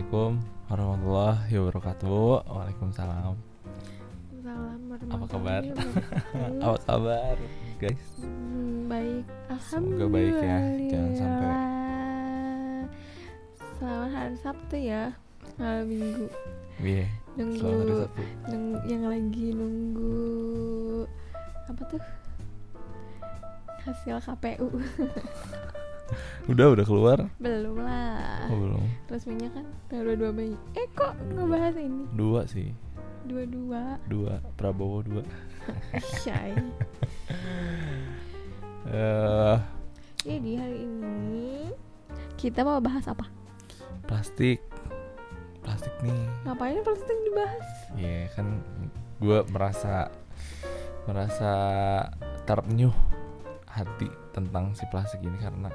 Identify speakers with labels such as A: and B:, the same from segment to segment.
A: Assalamualaikum warahmatullahi wabarakatuh. Waalaikumsalam. Apa kabar? Apa kabar, guys?
B: Baik.
A: Semoga baik ya. Jangan sampai.
B: Selamat hari Sabtu ya. Malam Minggu.
A: Iya. Selamat hari Sabtu.
B: Yang lagi nunggu apa tuh? Hasil KPU.
A: Udah keluar?
B: Belum lah.
A: Oh, belum.
B: Resminya kan tanggal 22 Mei. Kok ngebahas ini?
A: 2 sih.
B: 2
A: Prabowo 2.
B: Syai. Jadi hari ini kita mau bahas apa?
A: Plastik nih.
B: Ngapain plastik dibahas?
A: Iya kan gue merasa ternyuh hati tentang si plastik ini karena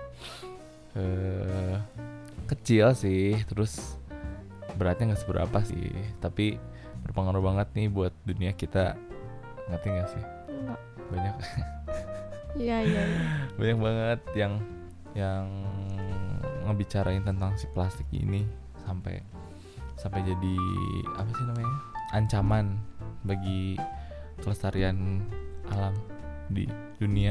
A: kecil sih, terus beratnya nggak seberapa sih, tapi berpengaruh banget nih buat dunia kita. Ngerti nggak sih?
B: Enggak.
A: Banyak.
B: Iya.
A: Banyak banget yang ngebicarain tentang si plastik ini sampai jadi apa sih namanya, ancaman bagi kelestarian alam di dunia.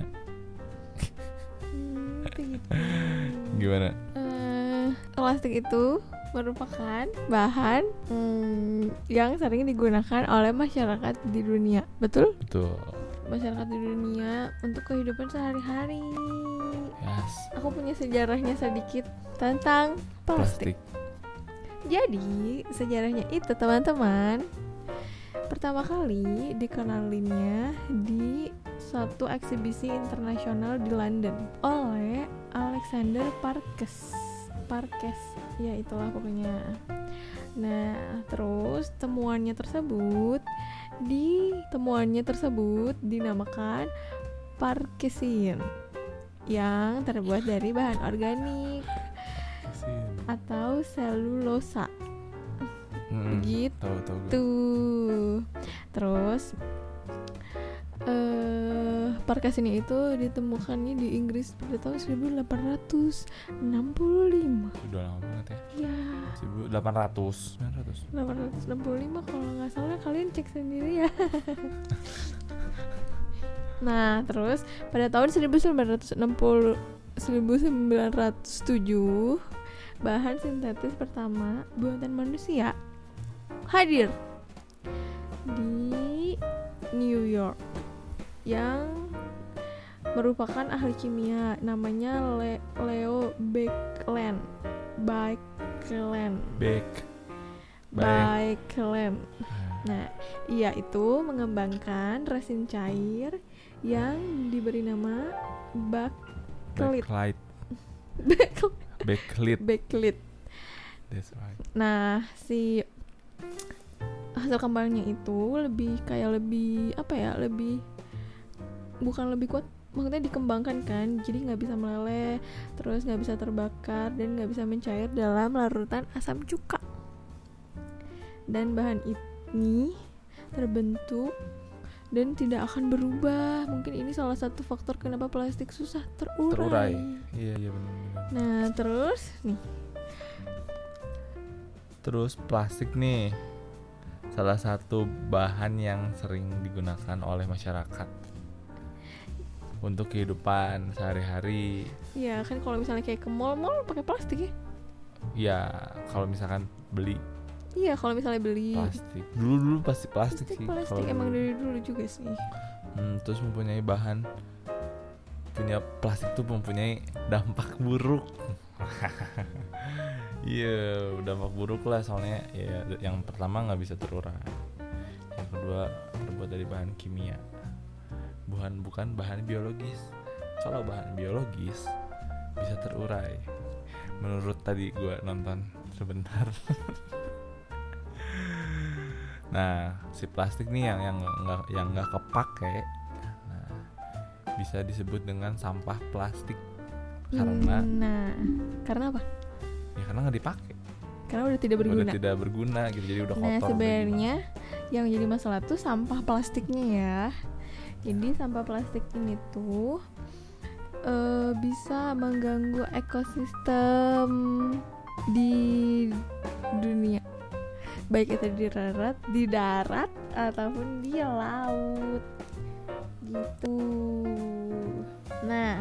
B: Gitu.
A: Gimana?
B: Plastik itu merupakan bahan yang sering digunakan oleh masyarakat di dunia. Betul?
A: Betul.
B: Masyarakat di dunia untuk kehidupan sehari-hari.
A: Yes.
B: Aku punya sejarahnya sedikit tentang plastik. Jadi sejarahnya itu teman-teman, pertama kali dikenalinnya di suatu eksibisi internasional di London oleh Alexander Parkes, ya itulah pokoknya. Nah, terus temuannya tersebut dinamakan Parkesin yang terbuat dari bahan organik atau selulosa. Gitu.
A: Tahu.
B: Terus Parkesin itu ditemukannya di Inggris pada tahun 1865.
A: Udah lama banget ya.
B: Ya.
A: 865
B: kalau nggak salah, kalian cek sendiri ya. Nah, terus pada tahun 1907 bahan sintetis pertama buatan manusia hadir di New York yang merupakan ahli kimia, namanya Leo Baekeland. Nah, ia itu mengembangkan resin cair yang diberi nama bakelit.
A: That's right.
B: Nah, si hasil kembangnya itu lebih bukan lebih kuat, maksudnya dikembangkan kan, jadi nggak bisa meleleh, terus nggak bisa terbakar, dan nggak bisa mencair dalam larutan asam cuka. Dan bahan ini terbentuk dan tidak akan berubah. Mungkin ini salah satu faktor kenapa plastik susah terurai.
A: Iya benar.
B: Nah,
A: terus plastik nih salah satu bahan yang sering digunakan oleh masyarakat untuk kehidupan sehari-hari.
B: Ya kan, kalau misalnya kayak ke mall pakai plastik ya.
A: Ya kalau misalkan beli.
B: Iya, kalau misalnya beli
A: plastik. Dulu pasti plastik sih.
B: Plastik emang dari dulu juga sih.
A: Terus plastik tuh mempunyai dampak buruk. Iya, dampak buruk lah, soalnya ya yang pertama nggak bisa terurai, yang kedua terbuat dari bahan kimia, bukan bahan biologis. Kalau bahan biologis bisa terurai, menurut tadi gue nonton sebentar. Nah, si plastik nih yang nggak kepake, nah, bisa disebut dengan sampah plastik. Karena
B: apa?
A: Ya karena nggak dipakai.
B: Karena udah tidak
A: berguna gitu, jadi udah kotor.
B: Nah, sebenarnya yang jadi masalah tuh sampah plastiknya ya. Jadi sampah plastik ini tuh bisa mengganggu ekosistem di dunia, baik itu di darat ataupun di laut gitu. Nah,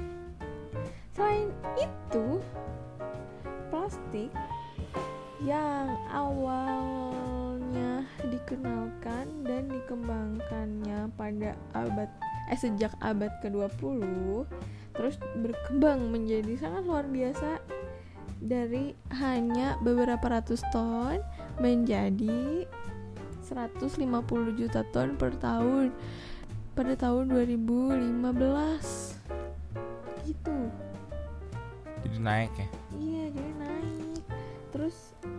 B: selain itu, plastik yang awalnya dikenalkan dan dikembangkannya pada sejak abad ke-20 terus berkembang menjadi sangat luar biasa dari hanya beberapa ratus ton menjadi 150 juta ton per tahun pada tahun 2015 gitu.
A: Jadi naik ya.
B: Iya, jadi naik. Terus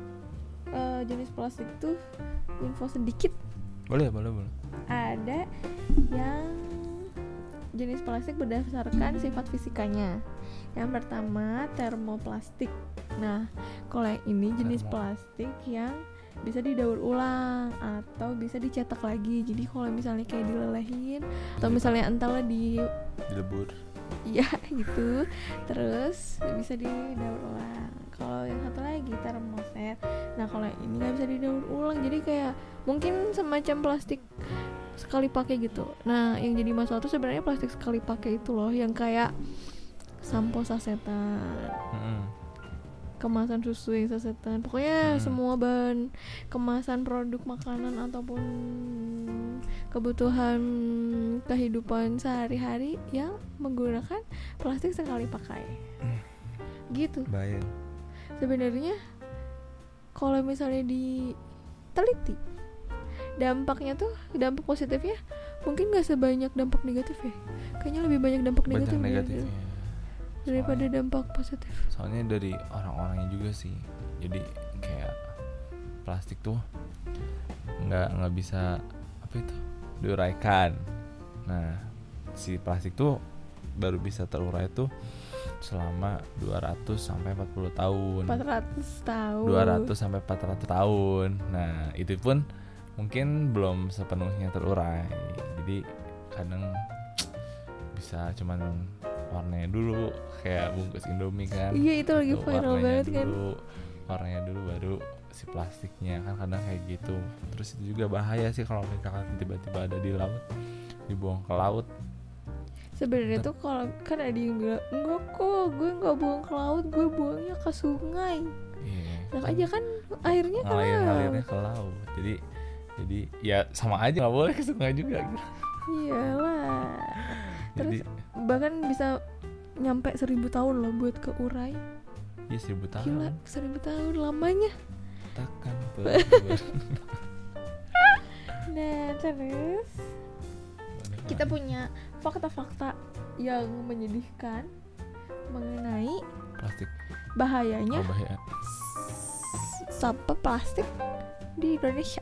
B: jenis plastik tuh info sedikit.
A: Boleh.
B: Ada yang jenis plastik berdasarkan sifat fisikanya. Yang pertama termoplastik. Nah, kalau yang ini jenis plastik yang bisa didaur ulang atau bisa dicetak lagi. Jadi kalau misalnya kayak dilelehin atau misalnya entahlah
A: dilebur.
B: Iya gitu. Terus bisa didaur ulang. Kalau yang satu lagi termoset. Nah, kalau yang ini nggak bisa didaur ulang. Jadi kayak mungkin semacam plastik sekali pakai gitu. Nah, yang jadi masalah tuh sebenarnya plastik sekali pakai itu loh, yang kayak sampo sasetan, kemasan susu yang sasetan, pokoknya semua bahan kemasan produk makanan ataupun kebutuhan kehidupan sehari-hari yang menggunakan plastik sekali pakai. Gitu.
A: Bayang.
B: Sebenarnya kalau misalnya diteliti dampaknya tuh, dampak positifnya mungkin gak sebanyak dampak negatif ya. Kayaknya lebih banyak dampak negatifnya daripada dampak positif.
A: Soalnya dari orang-orangnya juga sih. Jadi kayak plastik tuh nggak bisa diuraikan. Nah, si plastik tuh baru bisa terurai tuh selama 200 sampai 40 tahun.
B: 400 tahun.
A: 200 sampai 400 tahun. Nah, itu pun mungkin belum sepenuhnya terurai. Jadi kadang bisa cuman warnanya dulu kayak bungkus Indomie kan.
B: Iya, itu lagi viral banget kan.
A: Warnanya dulu baru si plastiknya, kan kadang kayak gitu. Terus itu juga bahaya sih kalau misalkan tiba-tiba ada di laut, dibuang ke laut.
B: Sebenarnya tuh kalau kan ada yang bilang enggak kok, gue nggak buang ke laut, gue buangnya ke sungai. Nah aja kan akhirnya
A: ke laut. Jadi ya sama aja, nggak boleh ke sungai juga gitu.
B: Iyalah. Terus bahkan bisa nyampe 1000 tahun loh buat keurai.
A: Iya 1000 tahun.
B: Gila, 1000 tahun lamanya.
A: Takkan
B: Nah terus kita punya fakta-fakta yang menyedihkan mengenai
A: plastik,
B: bahayanya
A: bahaya
B: sampah plastik di Indonesia.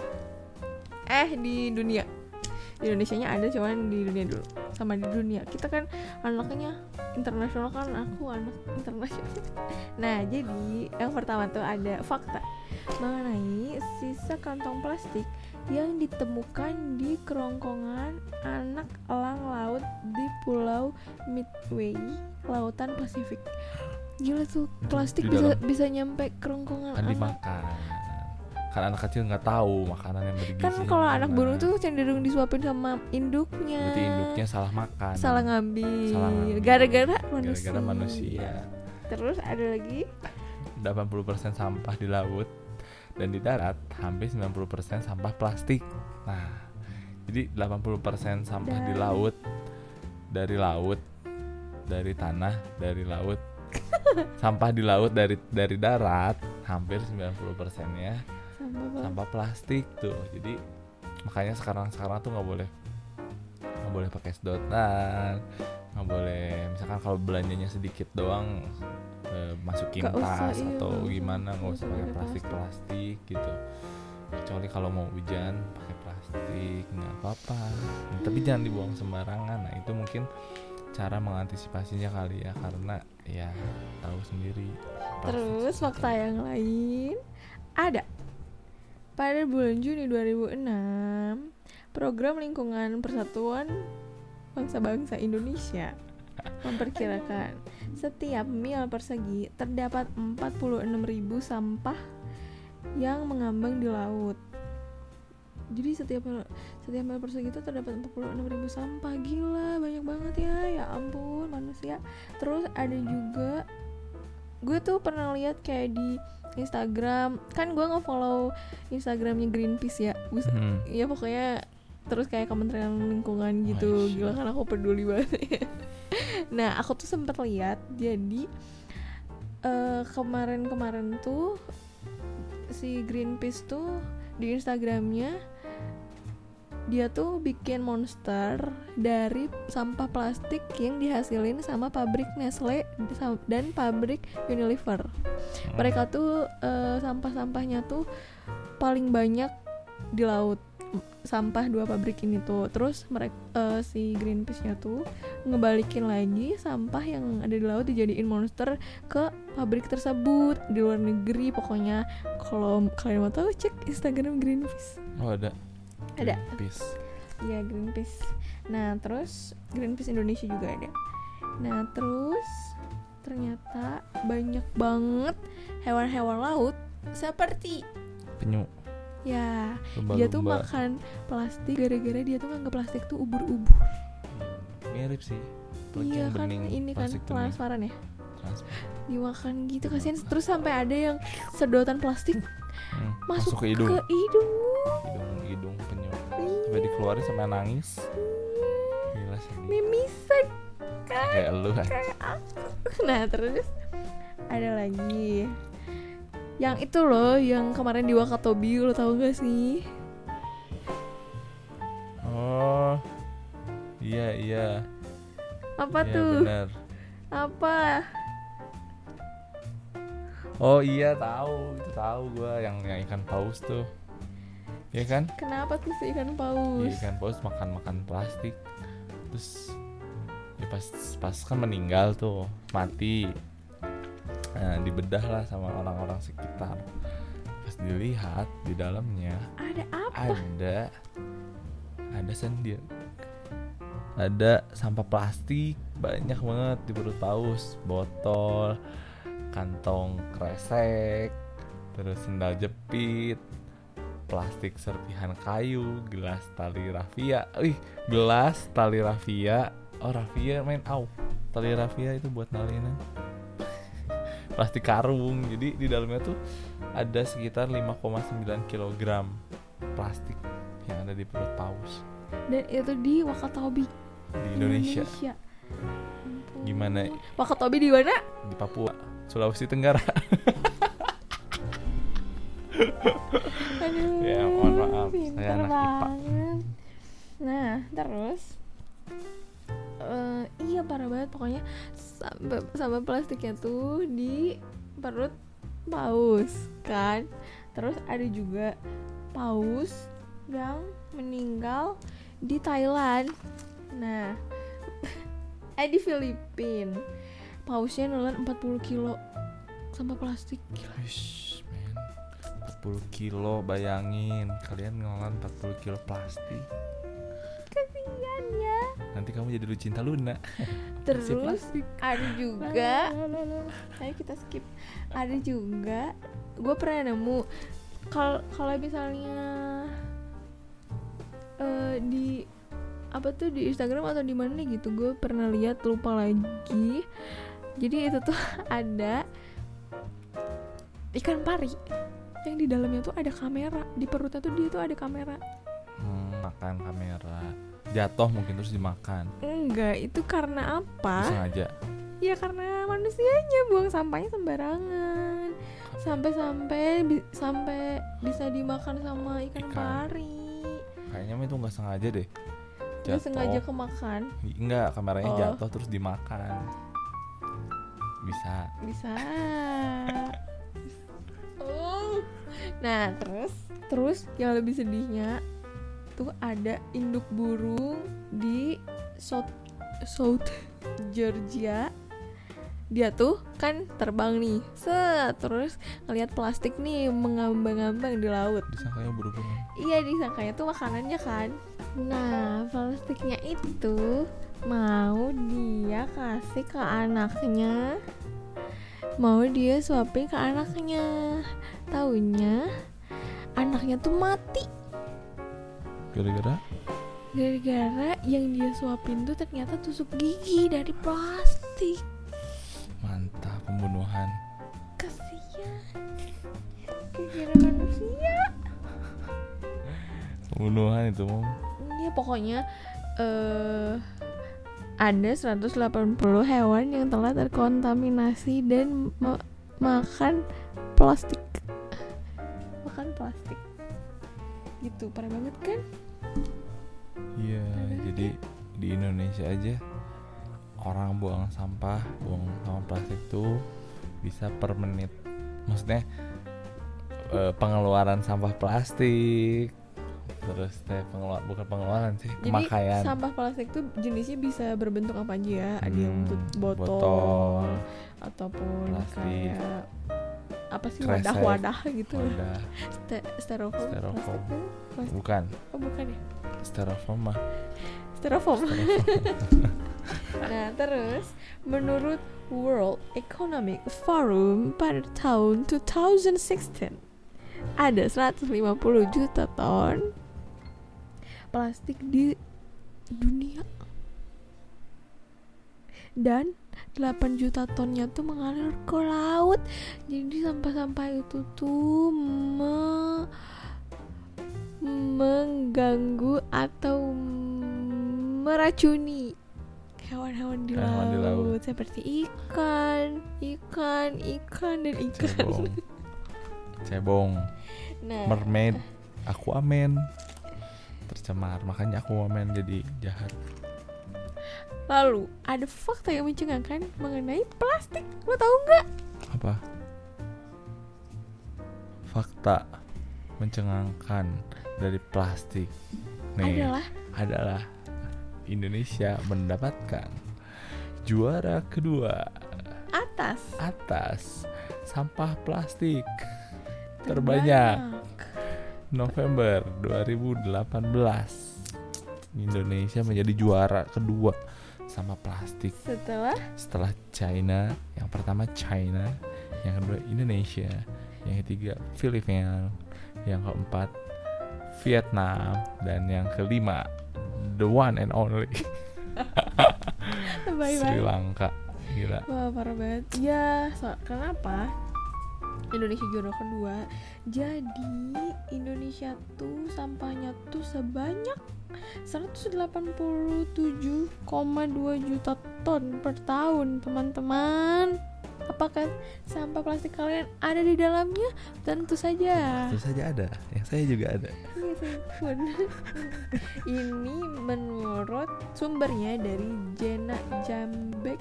B: Di dunia. Di Indonesianya ada, cuman di dunia dulu. Sama di dunia. Kita kan anaknya internasional, kan aku anak internasional. Nah, jadi yang pertama tuh ada fakta mengenai sisa kantong plastik yang ditemukan di kerongkongan anak elang laut di Pulau Midway, Lautan Pasifik. Gila tuh, plastik bisa nyampe kerongkongan
A: kan
B: anak.
A: Dimakan. Kan anak kecil nggak tahu makanan yang bergizi.
B: Kan kalau anak burung tuh cenderung disuapin sama induknya.
A: Berarti induknya salah makan.
B: Salah ngambil. Gara-gara
A: manusia.
B: Terus ada lagi
A: 80% sampah di laut, dan di darat hampir 90% sampah plastik. Nah, jadi 80% sampah di laut, dari tanah, dari laut. Sampah di laut, dari darat hampir 90%-nya sampah plastik tuh. Jadi makanya sekarang tuh nggak boleh pakai sedotan, nggak boleh misalkan kalau belanjanya sedikit doang masukin tas atau gimana, nggak usah pakai plastik gitu. Kecuali kalau mau hujan pakai plastik nggak apa-apa, tapi jangan dibuang sembarangan. Nah itu mungkin cara mengantisipasinya kali ya, karena ya tahu sendiri.
B: Terus fakta yang lain ada. Pada bulan Juni 2006, Program Lingkungan Persatuan Bangsa-Bangsa Indonesia memperkirakan setiap mil persegi terdapat 46.000 sampah yang mengambang di laut. Jadi setiap mil persegi itu terdapat 46.000 sampah. Gila, banyak banget ya ampun manusia. Terus ada juga, gue tuh pernah lihat kayak di Instagram, kan gue nge-follow Instagramnya Greenpeace ya. Ya pokoknya terus kayak Kementerian Lingkungan gitu. Gila kan aku peduli banget. Nah aku tuh sempat lihat, jadi kemarin tuh si Greenpeace tuh di Instagramnya dia tuh bikin monster dari sampah plastik yang dihasilin sama pabrik Nestle dan pabrik Unilever. Mereka tuh sampah-sampahnya tuh paling banyak di laut, sampah dua pabrik ini tuh. Terus mereka si Greenpeace-nya tuh ngebalikin lagi sampah yang ada di laut dijadiin monster ke pabrik tersebut di luar negeri. Pokoknya kalau kalian mau tahu cek Instagram Greenpeace.
A: Oh ada
B: Greenpeace. Iya Greenpeace. Nah terus Greenpeace Indonesia juga ada. Nah terus ternyata banyak banget hewan-hewan laut seperti
A: penyu.
B: Ya,
A: Lumba-lumba.
B: dia tuh makan plastik gara-gara dia tuh nganggap plastik tuh ubur-ubur.
A: Mirip sih. Apalagi
B: Iya
A: yang
B: kan
A: bening,
B: ini kan
A: plastik bening.
B: transparan ya.
A: Transparan.
B: Dimakan gitu kasihan. Terus sampai ada yang sedotan plastik masuk
A: ke hidung. Hidung penyu. Sampai dikeluarin sampai nangis. Gila sedih.
B: Mimisan
A: Kayak lu kan.
B: kayak aku. Nah terus ada lagi yang itu loh, yang kemarin di Wakatobi, lo tau gak sih?
A: Oh iya.
B: Apa
A: Iya,
B: tuh?
A: bener.
B: Apa?
A: Oh iya tahu gue yang ikan paus tuh. Iya kan?
B: Kenapa tuh si ikan
A: Iya,
B: paus?
A: ikan paus makan plastik. Terus ya pas kan meninggal tuh, mati. Nah, dibedah lah sama orang-orang sekitar. Pas dilihat di dalamnya
B: Ada apa?
A: ada sendir. Ada sampah plastik banyak banget di perut paus, botol, kantong kresek, terus sendal jepit, plastik serpihan kayu, gelas tali rafia. Gelas tali rafia. Oh, rafia main tali rafia itu buat nalinan. Plastik karung. Jadi di dalamnya tuh ada sekitar 5,9 kg plastik yang ada di perut paus.
B: Dan itu di Wakatobi
A: Di Indonesia.
B: Ampun.
A: Gimana?
B: Wakatobi di mana?
A: Di Papua, Sulawesi Tenggara.
B: Aduh,
A: Ya, mohon maaf, saya
B: pinter
A: anak IPA.
B: banget. Nah, terus iya parah banget pokoknya sama plastiknya tuh di perut paus kan. Terus ada juga paus yang meninggal di Thailand. Nah, di Filipina pausnya nelan 40 kilo sampah plastik. Gila.
A: Wish, man. 40 kilo, bayangin kalian ngelola 40 kilo plastik.
B: Kasian ya.
A: Nanti kamu jadi Lucinta Luna.
B: Terus
A: Si plastik.
B: ada juga, ayo kita skip. Ada juga, gue pernah nemu kalau misalnya di apa tuh di Instagram atau di mana gitu, gue pernah lihat, lupa lagi. Jadi itu tuh ada ikan pari yang di dalamnya tuh ada kamera, di perutnya tuh dia tuh ada kamera.
A: Makan kamera, jatuh mungkin terus dimakan.
B: Enggak, itu karena apa?
A: Sengaja.
B: Ya karena manusianya buang sampahnya sembarangan. Sampai bisa dimakan sama ikan pari.
A: Kayaknya itu nggak sengaja deh.
B: Dia sengaja kemakan.
A: Enggak, kameranya
B: Oh.
A: jatuh terus dimakan. Bisa.
B: Oh. Nah, terus yang lebih sedihnya tuh ada induk burung di South Georgia dia tuh kan terbang nih, terus ngeliat plastik nih mengambang-ambang di laut.
A: Disangkanya berhubungan.
B: Iya, disangkanya tuh makanannya kan. Nah, plastiknya itu mau dia kasih ke anaknya, mau dia suapin ke anaknya. Taunya anaknya tuh mati
A: Gara-gara
B: yang dia suapin tuh ternyata tusuk gigi dari plastik.
A: mantap, pembunuhan.
B: Kasian, kira manusia.
A: Pembunuhan itu mau.
B: Iya, pokoknya ada 180 hewan yang telah terkontaminasi dan makan plastik. Gitu, parah banget kan?
A: Iya, jadi di Indonesia aja orang buang sampah plastik tuh bisa per menit. Maksudnya pengeluaran sampah plastik, terus bukan pengeluaran sih, pemakaian.
B: Jadi sampah plastik tuh jenisnya bisa berbentuk apa aja ya? Ada yang botol ataupun
A: plastik.
B: Kayak apa sih,
A: Kresek,
B: wadah gitu.
A: Wadah.
B: Styrofoam. Plastik.
A: Bukan.
B: Oh, bukan ya?
A: Styrofoam mah.
B: Styrofoam. Nah, terus menurut World Economic Forum pada tahun 2016 ada 150 juta ton plastik di dunia dan 8 juta tonnya tuh mengalir ke laut. Jadi sampah-sampah itu tuh mengganggu atau meracuni hewan-hewan di laut seperti ikan dan ikan.
A: Cebong.
B: Nah,
A: Mermaid, Aquaman tercemar, makanya Aquaman jadi jahat.
B: lalu ada fakta yang mencengangkan mengenai plastik. Lo tahu nggak?
A: Apa? Fakta mencengangkan dari plastik. Nih, adalah Indonesia mendapatkan juara kedua atas sampah plastik terbanyak November 2018. Indonesia menjadi juara kedua sampah plastik setelah China. Yang pertama China, yang kedua Indonesia, yang ketiga Filipina, yang keempat Vietnam, dan yang kelima the one and only Sri Lanka. Gila.
B: Wah, parah banget. Ya, kenapa Indonesia juara kedua? Jadi Indonesia tuh sampahnya tuh sebanyak 187,2 juta ton per tahun, teman-teman. Apakah sampah plastik kalian ada di dalamnya? Tentu saja.
A: Tentu saja ada. Yang saya juga ada.
B: Iya, saya pun. Ini menurut sumbernya dari Jena Jambek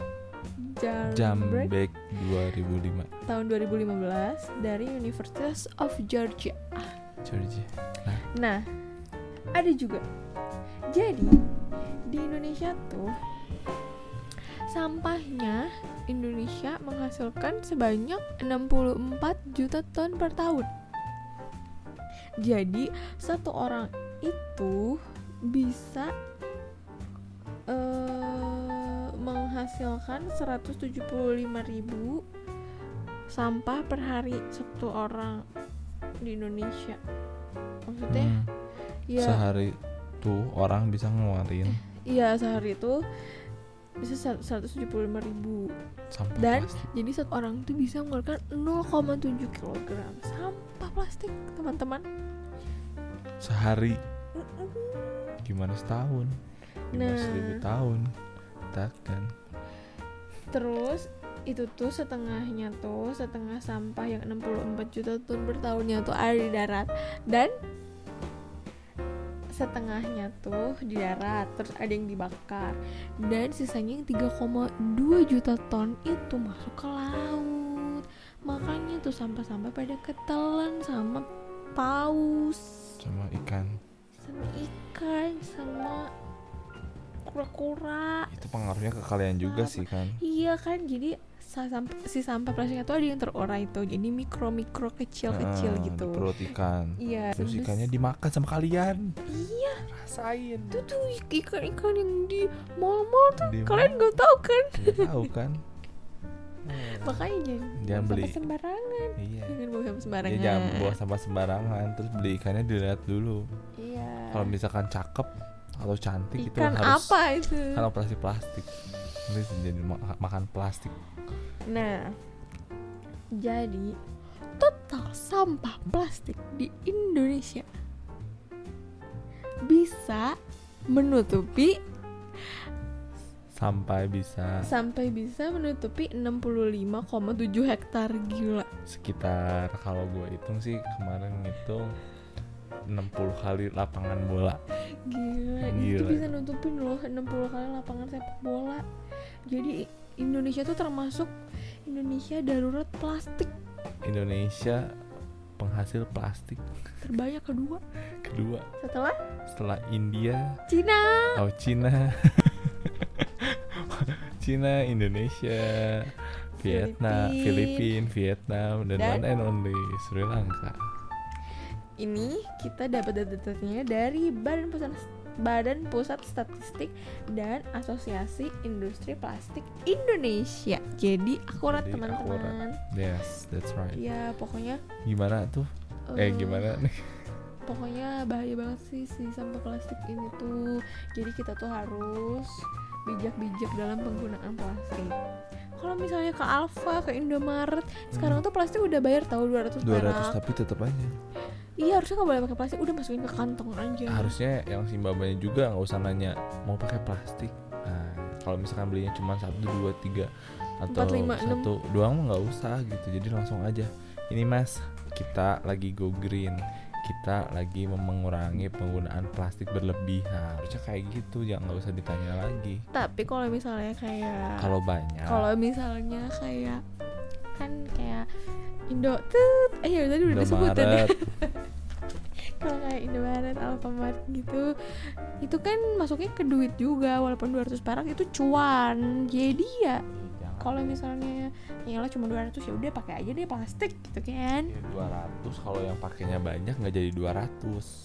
A: 2005
B: tahun 2015 dari University of Georgia. Nah, ada juga. Jadi di Indonesia tuh sampahnya Indonesia menghasilkan sebanyak 64 juta ton per tahun. Jadi satu orang itu bisa menghasilkan 175.000 sampah per hari satu orang di Indonesia. Maksudnya ya
A: sehari tuh orang bisa ngeluarin.
B: Iya, sehari itu bisa 175.000
A: sampah
B: dan
A: plastik.
B: Jadi satu orang tuh bisa mengeluarkan 0,7 kg sampah plastik, teman-teman.
A: Sehari. Gimana setahun? Gimana 1000 tahun? Takkan.
B: Terus itu tuh setengah sampah yang 64 juta ton per tahunnya tuh ada di darat, dan setengahnya tuh di darat, terus ada yang dibakar, dan sisanya yang 3,2 juta ton itu masuk ke laut. Makanya tuh sampah-sampah pada ketelan sama paus,
A: sama ikan,
B: sama kura-kura.
A: itu pengaruhnya ke kalian juga sih kan.
B: Iya kan, jadi si sampah plastik itu ada yang terurai tuh, jadi mikro kecil gitu.
A: Di perut ikan.
B: Iya.
A: Terus ikannya dimakan sama kalian.
B: Iya.
A: Rasain.
B: Itu tuh ikan yang di mall-mall tuh,
A: Di
B: kalian gak tahu kan?
A: Nggak tahu kan?
B: Makanya
A: jangan beli
B: sampah sembarangan.
A: Iya.
B: Jangan buang sampah sembarangan.
A: Ya, jangan buang sampah sembarangan. Terus beli ikannya dilihat dulu.
B: Iya.
A: Kalau misalkan cakep atau cantik itu
B: ikan
A: harus
B: apa itu?
A: kan operasi plastik. Terus jadi makan plastik.
B: Nah, jadi total sampah plastik di Indonesia bisa menutupi
A: sampai bisa
B: menutupi 65,7 hektar. Gila.
A: Sekitar kalau gue hitung sih kemarin ngitung 60 kali lapangan bola.
B: Gila. Itu bisa nutupin loh 60 kali lapangan sepak bola. Jadi Indonesia tuh termasuk Indonesia darurat plastik.
A: Indonesia penghasil plastik
B: terbanyak kedua
A: setelah India,
B: Cina.
A: Cina, Indonesia, Filipina, dan one and only Sri Lanka.
B: Ini kita dapat data-datanya dari Badan Pusat Statistik dan Asosiasi Industri Plastik Indonesia. Jadi akurat, teman-teman.
A: Yes, that's right.
B: Ya, pokoknya
A: gimana tuh? Gimana nih?
B: Pokoknya bahaya banget sih si sampah plastik ini tuh. Jadi kita tuh harus bijak-bijak dalam penggunaan plastik. Kalau misalnya ke Alfa, ke Indomaret, sekarang tuh plastik udah bayar tahu 200 perak.
A: Tapi tetap aja.
B: Iya, harusnya nggak boleh pakai plastik, udah masukin ke kantong aja.
A: Harusnya yang si mbak-mbaknya juga nggak usah nanya mau pakai plastik. Nah, kalau misalkan belinya cuma 1, 2, 3 atau
B: 4, 5, 6
A: 1 doang mah nggak usah gitu. Jadi langsung aja. Ini mas, kita lagi go green. Kita lagi mengurangi penggunaan plastik berlebih. Nah, harusnya kayak gitu, jangan nggak usah ditanya lagi.
B: Tapi kalau misalnya kayak
A: Kalau
B: misalnya kayak kan kayak ya tadi udah disebut tadi. Kalau kayak Indomaret, Alfamart gitu, itu kan masuknya ke duit juga, walaupun 200 perak itu cuan. Jadi ya kalau misalnya nyala cuma 200 ya udah pakai aja deh plastik gitu kan.
A: Ya 200 kalau yang pakainya banyak nggak jadi 200.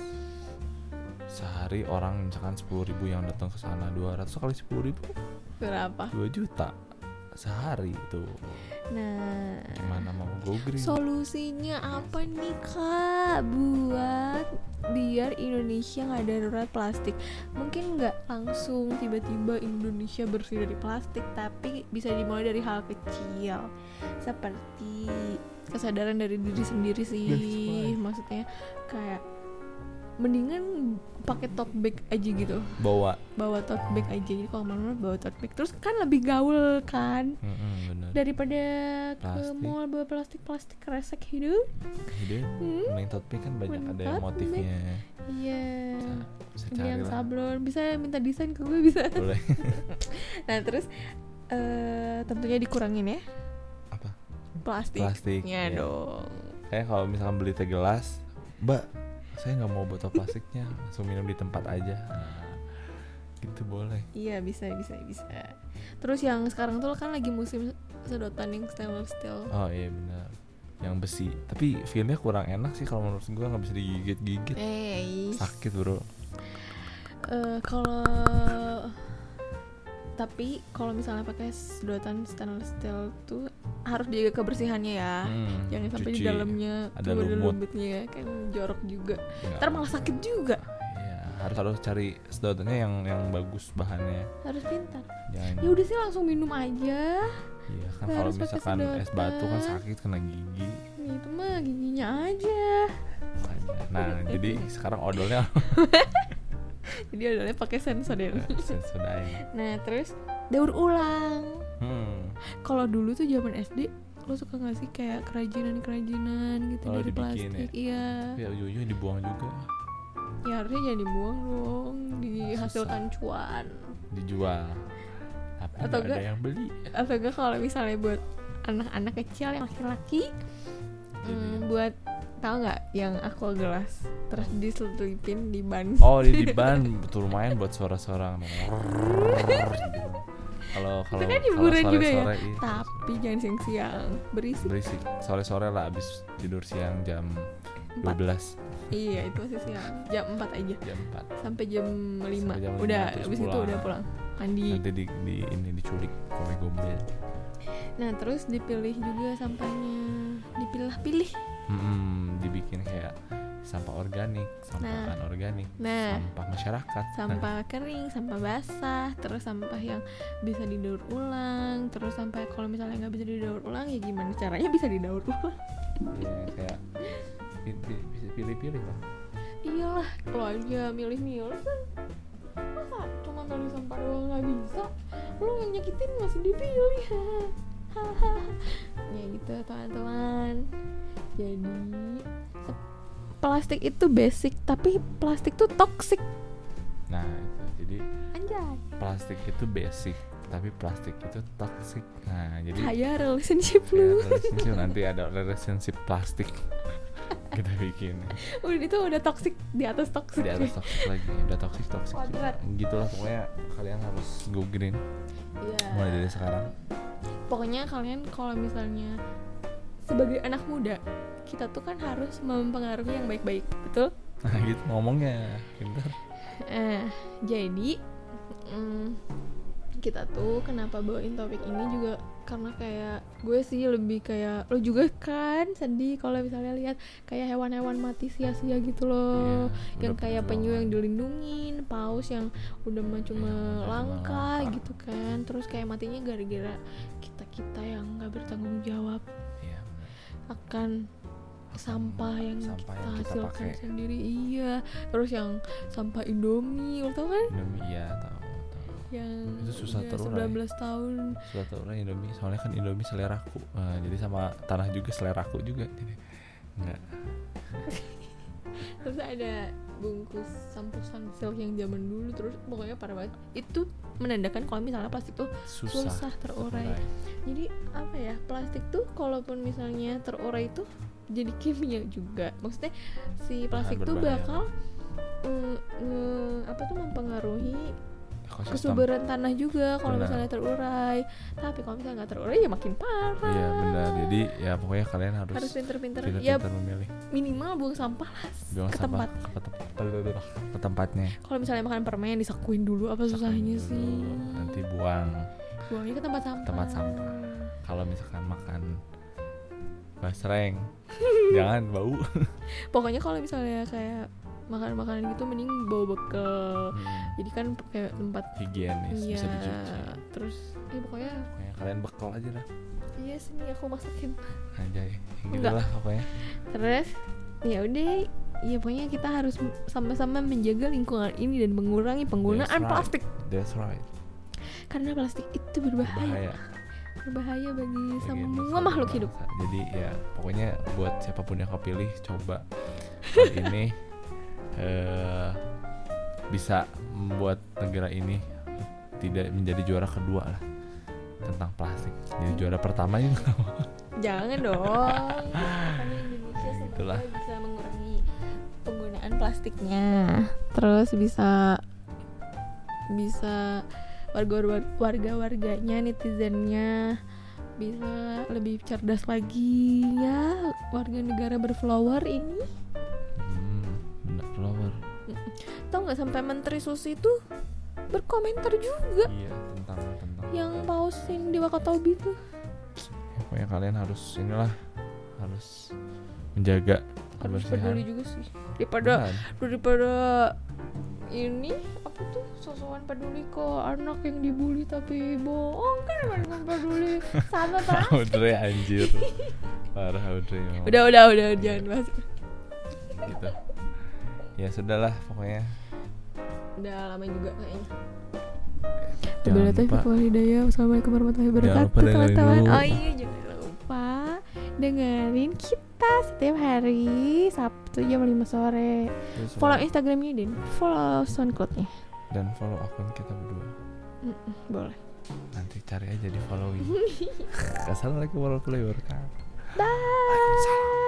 A: Sehari orang misalkan 10.000 yang datang ke sana, 200 kali 10.000
B: berapa?
A: 2 juta sehari itu.
B: Nah,
A: gimana mau go green?
B: Solusinya apa nih Kak buat biar Indonesia nggak darurat plastik? Mungkin nggak langsung tiba-tiba Indonesia bersih dari plastik, tapi bisa dimulai dari hal kecil seperti kesadaran dari diri sendiri sih. Maksudnya kayak mendingan pakai tote bag aja gitu, bawa tote bag aja. Jadi kalau mana bawa tote bag, terus kan lebih gaul kan,
A: bener.
B: daripada ke mall bawa plastik kresek hidup.
A: Main tote bag kan banyak ada yang motifnya.
B: Iya.
A: Bisa
B: yang
A: cari
B: sablon, bisa minta desain ke gue bisa.
A: Boleh.
B: Nah terus tentunya dikurangin ya.
A: Apa?
B: Plastiknya
A: ya.
B: Dong.
A: Kayak kalau misalkan beli teh gelas, Mbak, saya nggak mau botol plastiknya, langsung minum di tempat aja. Nah, gitu boleh. Iya
B: bisa. Terus yang sekarang tuh kan lagi musim sedotan yang stainless steel.
A: Oh iya benar, yang besi. Tapi feelnya kurang enak sih kalau menurut gue, nggak bisa digigit-gigit. Sakit bro.
B: Tapi kalau misalnya pakai sedotan stainless steel tuh harus dijaga kebersihannya ya. Jangan sampai di dalamnya
A: ada
B: lumutnya kan jorok juga. Ntar malah sakit juga.
A: Iya, harus cari sedotannya yang bagus bahannya.
B: Harus pintar.
A: Jangan.
B: Ya udah sih langsung minum aja.
A: Iya kan, kalau misalkan es batu kan sakit kena gigi.
B: Itu mah giginya aja.
A: Nah, jadi sekarang odolnya
B: jadi odolnya pakai Sensodyne. Nah terus daur ulang. Kalau dulu tuh zaman SD, lo suka nggak sih kayak kerajinan gitu dari plastik?
A: Ya? Iya. Ya ujung-ujungnya dibuang juga.
B: Ya harusnya jangan dibuang dong, dihasilkan cuan.
A: Dijual. Tapi atau ada yang beli.
B: Atau enggak kalau misalnya buat anak-anak kecil yang laki-laki, buat tahu nggak yang aqua gelas terus diselipin di ban.
A: Oh di ban betul, lumayan buat suara-suara gitu. Kalau
B: Itu kan hiburan juga ya.
A: sore-sore, iya,
B: Tapi jangan siang-siang, berisik.
A: berisik. Sore-sore lah abis tidur siang jam 12
B: Iya, itu masih siang. Jam 4 aja.
A: jam 4
B: Sampai jam 5.
A: Sampai jam 5,
B: Udah,
A: terus
B: habis itu
A: pulang.
B: udah pulang. Mandi.
A: nanti di ini diculik kome gombel.
B: Nah, terus dipilih juga sampahnya. Dipilah-pilih.
A: Dibikin kayak sampah organik, sampah anorganik,
B: Nah.
A: sampah masyarakat,
B: Sampah kering, sampah basah, terus sampah yang bisa didaur ulang, terus sampai kalau misalnya nggak bisa didaur ulang ya gimana caranya bisa didaur ulang?
A: ya kayak bisa pilih-pilih lah.
B: Iyalah, lo aja milih-milih kan, masa cuma milih sampah doang nggak bisa? Lo yang nyakitin masih dipilih. Ya gitu teman-teman. Jadi plastik itu basic, tapi plastik tuh toxic.
A: Nah itu jadi
B: Anjay.
A: plastik itu basic tapi plastik itu toxic. Nah jadi
B: Kayak relationship
A: ya,
B: lu.
A: relationship nanti ada relationship plastik kita bikin
B: Udah itu udah toxic di atas toxic.
A: di atas toxic lagi, udah toxic
B: Kuadrat.
A: gitulah pokoknya. Kalian harus go green
B: Iya.
A: mulai dari sekarang.
B: Pokoknya kalian kalau misalnya sebagai anak muda, kita tuh kan harus mempengaruhi yang baik-baik, betul?
A: Nah gitu ngomongnya pintar.
B: Jadi kita tuh kenapa bawain topik ini juga karena kayak gue sih lebih kayak lo juga kan sedih kalau misalnya lihat kayak hewan-hewan mati sia-sia gitu loh.
A: Iya,
B: Yang
A: udah
B: kayak penyu
A: perjuangan.
B: yang dilindungin, paus yang udah cuma
A: Iya,
B: langka
A: langka.
B: gitu kan. Terus kayak matinya gara-gara kita yang nggak bertanggung jawab
A: Iya,
B: akan sampah yang
A: sampah
B: kita
A: yang kita
B: hasilkan
A: pakai.
B: sendiri. Iya. Terus yang sampah Indomie, lo tau kan?
A: Indomie iya tahu.
B: Yang
A: Itu susah
B: udah
A: terurai.
B: 19 tahun.
A: Sudah tahu lah Indomie, soalnya kan Indomie seleraku. Nah, jadi sama tanah juga seleraku juga. Jadi enggak.
B: Terus ada bungkus sampo sunsilk yang zaman dulu, terus pokoknya parah banget. Itu menandakan kalau misalnya plastik tuh susah terurai. Jadi apa ya, plastik tuh kalaupun misalnya terurai tuh jadi kimia juga. Maksudnya si plastik tuh
A: berbahaya.
B: bakal apa tuh mempengaruhi
A: Ekosistem.
B: kesuburan tanah juga kalau
A: Benar.
B: misalnya terurai. Tapi kalau misalnya nggak terurai ya makin parah.
A: Iya benar. Jadi ya pokoknya kalian harus
B: pinter-pinter ya,
A: pintar-pintar memilih.
B: minimal buang sampah lah
A: Buang
B: ke
A: sampah
B: tempat.
A: ke tempatnya.
B: Kalau misalnya makan permen disakuin dulu, apa susahnya
A: Dulu,
B: sih?
A: nanti buang.
B: Buangnya ke tempat sampah.
A: Tempat sampah. Kalau misalkan makan basreng jangan bau.
B: Pokoknya kalau misalnya kayak makanan-makanan gitu mending bawa bekal. Jadi kan kayak tempat
A: Higienis
B: iya.
A: bisa dicuci.
B: Terus pokoknya
A: Pokoknya kalian bekal aja lah.
B: iya sih nih aku masakin.
A: Aja gitu
B: Enggak.
A: lah pokoknya.
B: Terus ya udah, ya pokoknya kita harus sama-sama menjaga lingkungan ini dan mengurangi penggunaan
A: That's right.
B: plastik.
A: That's right.
B: Karena plastik itu berbahaya.
A: Bahaya.
B: Berbahaya bagi
A: Bagi
B: semua
A: nusa
B: makhluk
A: dan
B: hidup.
A: bangsa. Jadi ya pokoknya buat siapapun yang kau pilih, coba kali ini bisa membuat negara ini tidak menjadi juara kedua lah tentang plastik. Jadi juara pertama juga.
B: Jangan dong. Kan Indonesia semoga
A: Itulah.
B: bisa mengurangi penggunaan plastiknya. Terus bisa warga-warganya, netizennya bisa lebih cerdas lagi ya. Warga negara berflower ini.
A: Benar flower.
B: Tau nggak sampai Menteri Susi tuh berkomentar juga
A: Iya tentang
B: yang paus yang di Wakatobi tuh.
A: pokoknya kalian harus inilah harus menjaga
B: Harus
A: kebersihan.
B: peduli juga sih daripada ini apa tuh sosokan peduli kok anak yang dibully tapi bohong kan emang peduli sama pak.
A: Audrey anjir. Parah Audrey. Memang.
B: Udah jangan bahas.
A: Gitu. Ya sudahlah pokoknya.
B: Udah lama juga kayaknya.
A: Jangan
B: Wabillahi taufiq
A: lupa
B: wal hidayah. Wassalamualaikum warahmatullahi
A: Jangan
B: wabarakatuh
A: lupa dengerin
B: teman-teman.
A: dulu.
B: Oh iya jangan lupa dengerin kita setiap hari Sabtu jam 5 sore. Follow Instagramnya dan follow SoundCloud-nya.
A: dan follow akun kita berdua.
B: Boleh.
A: Nanti cari aja di following. Assalamualaikum warahmatullahi wabarakatuh.
B: Bye.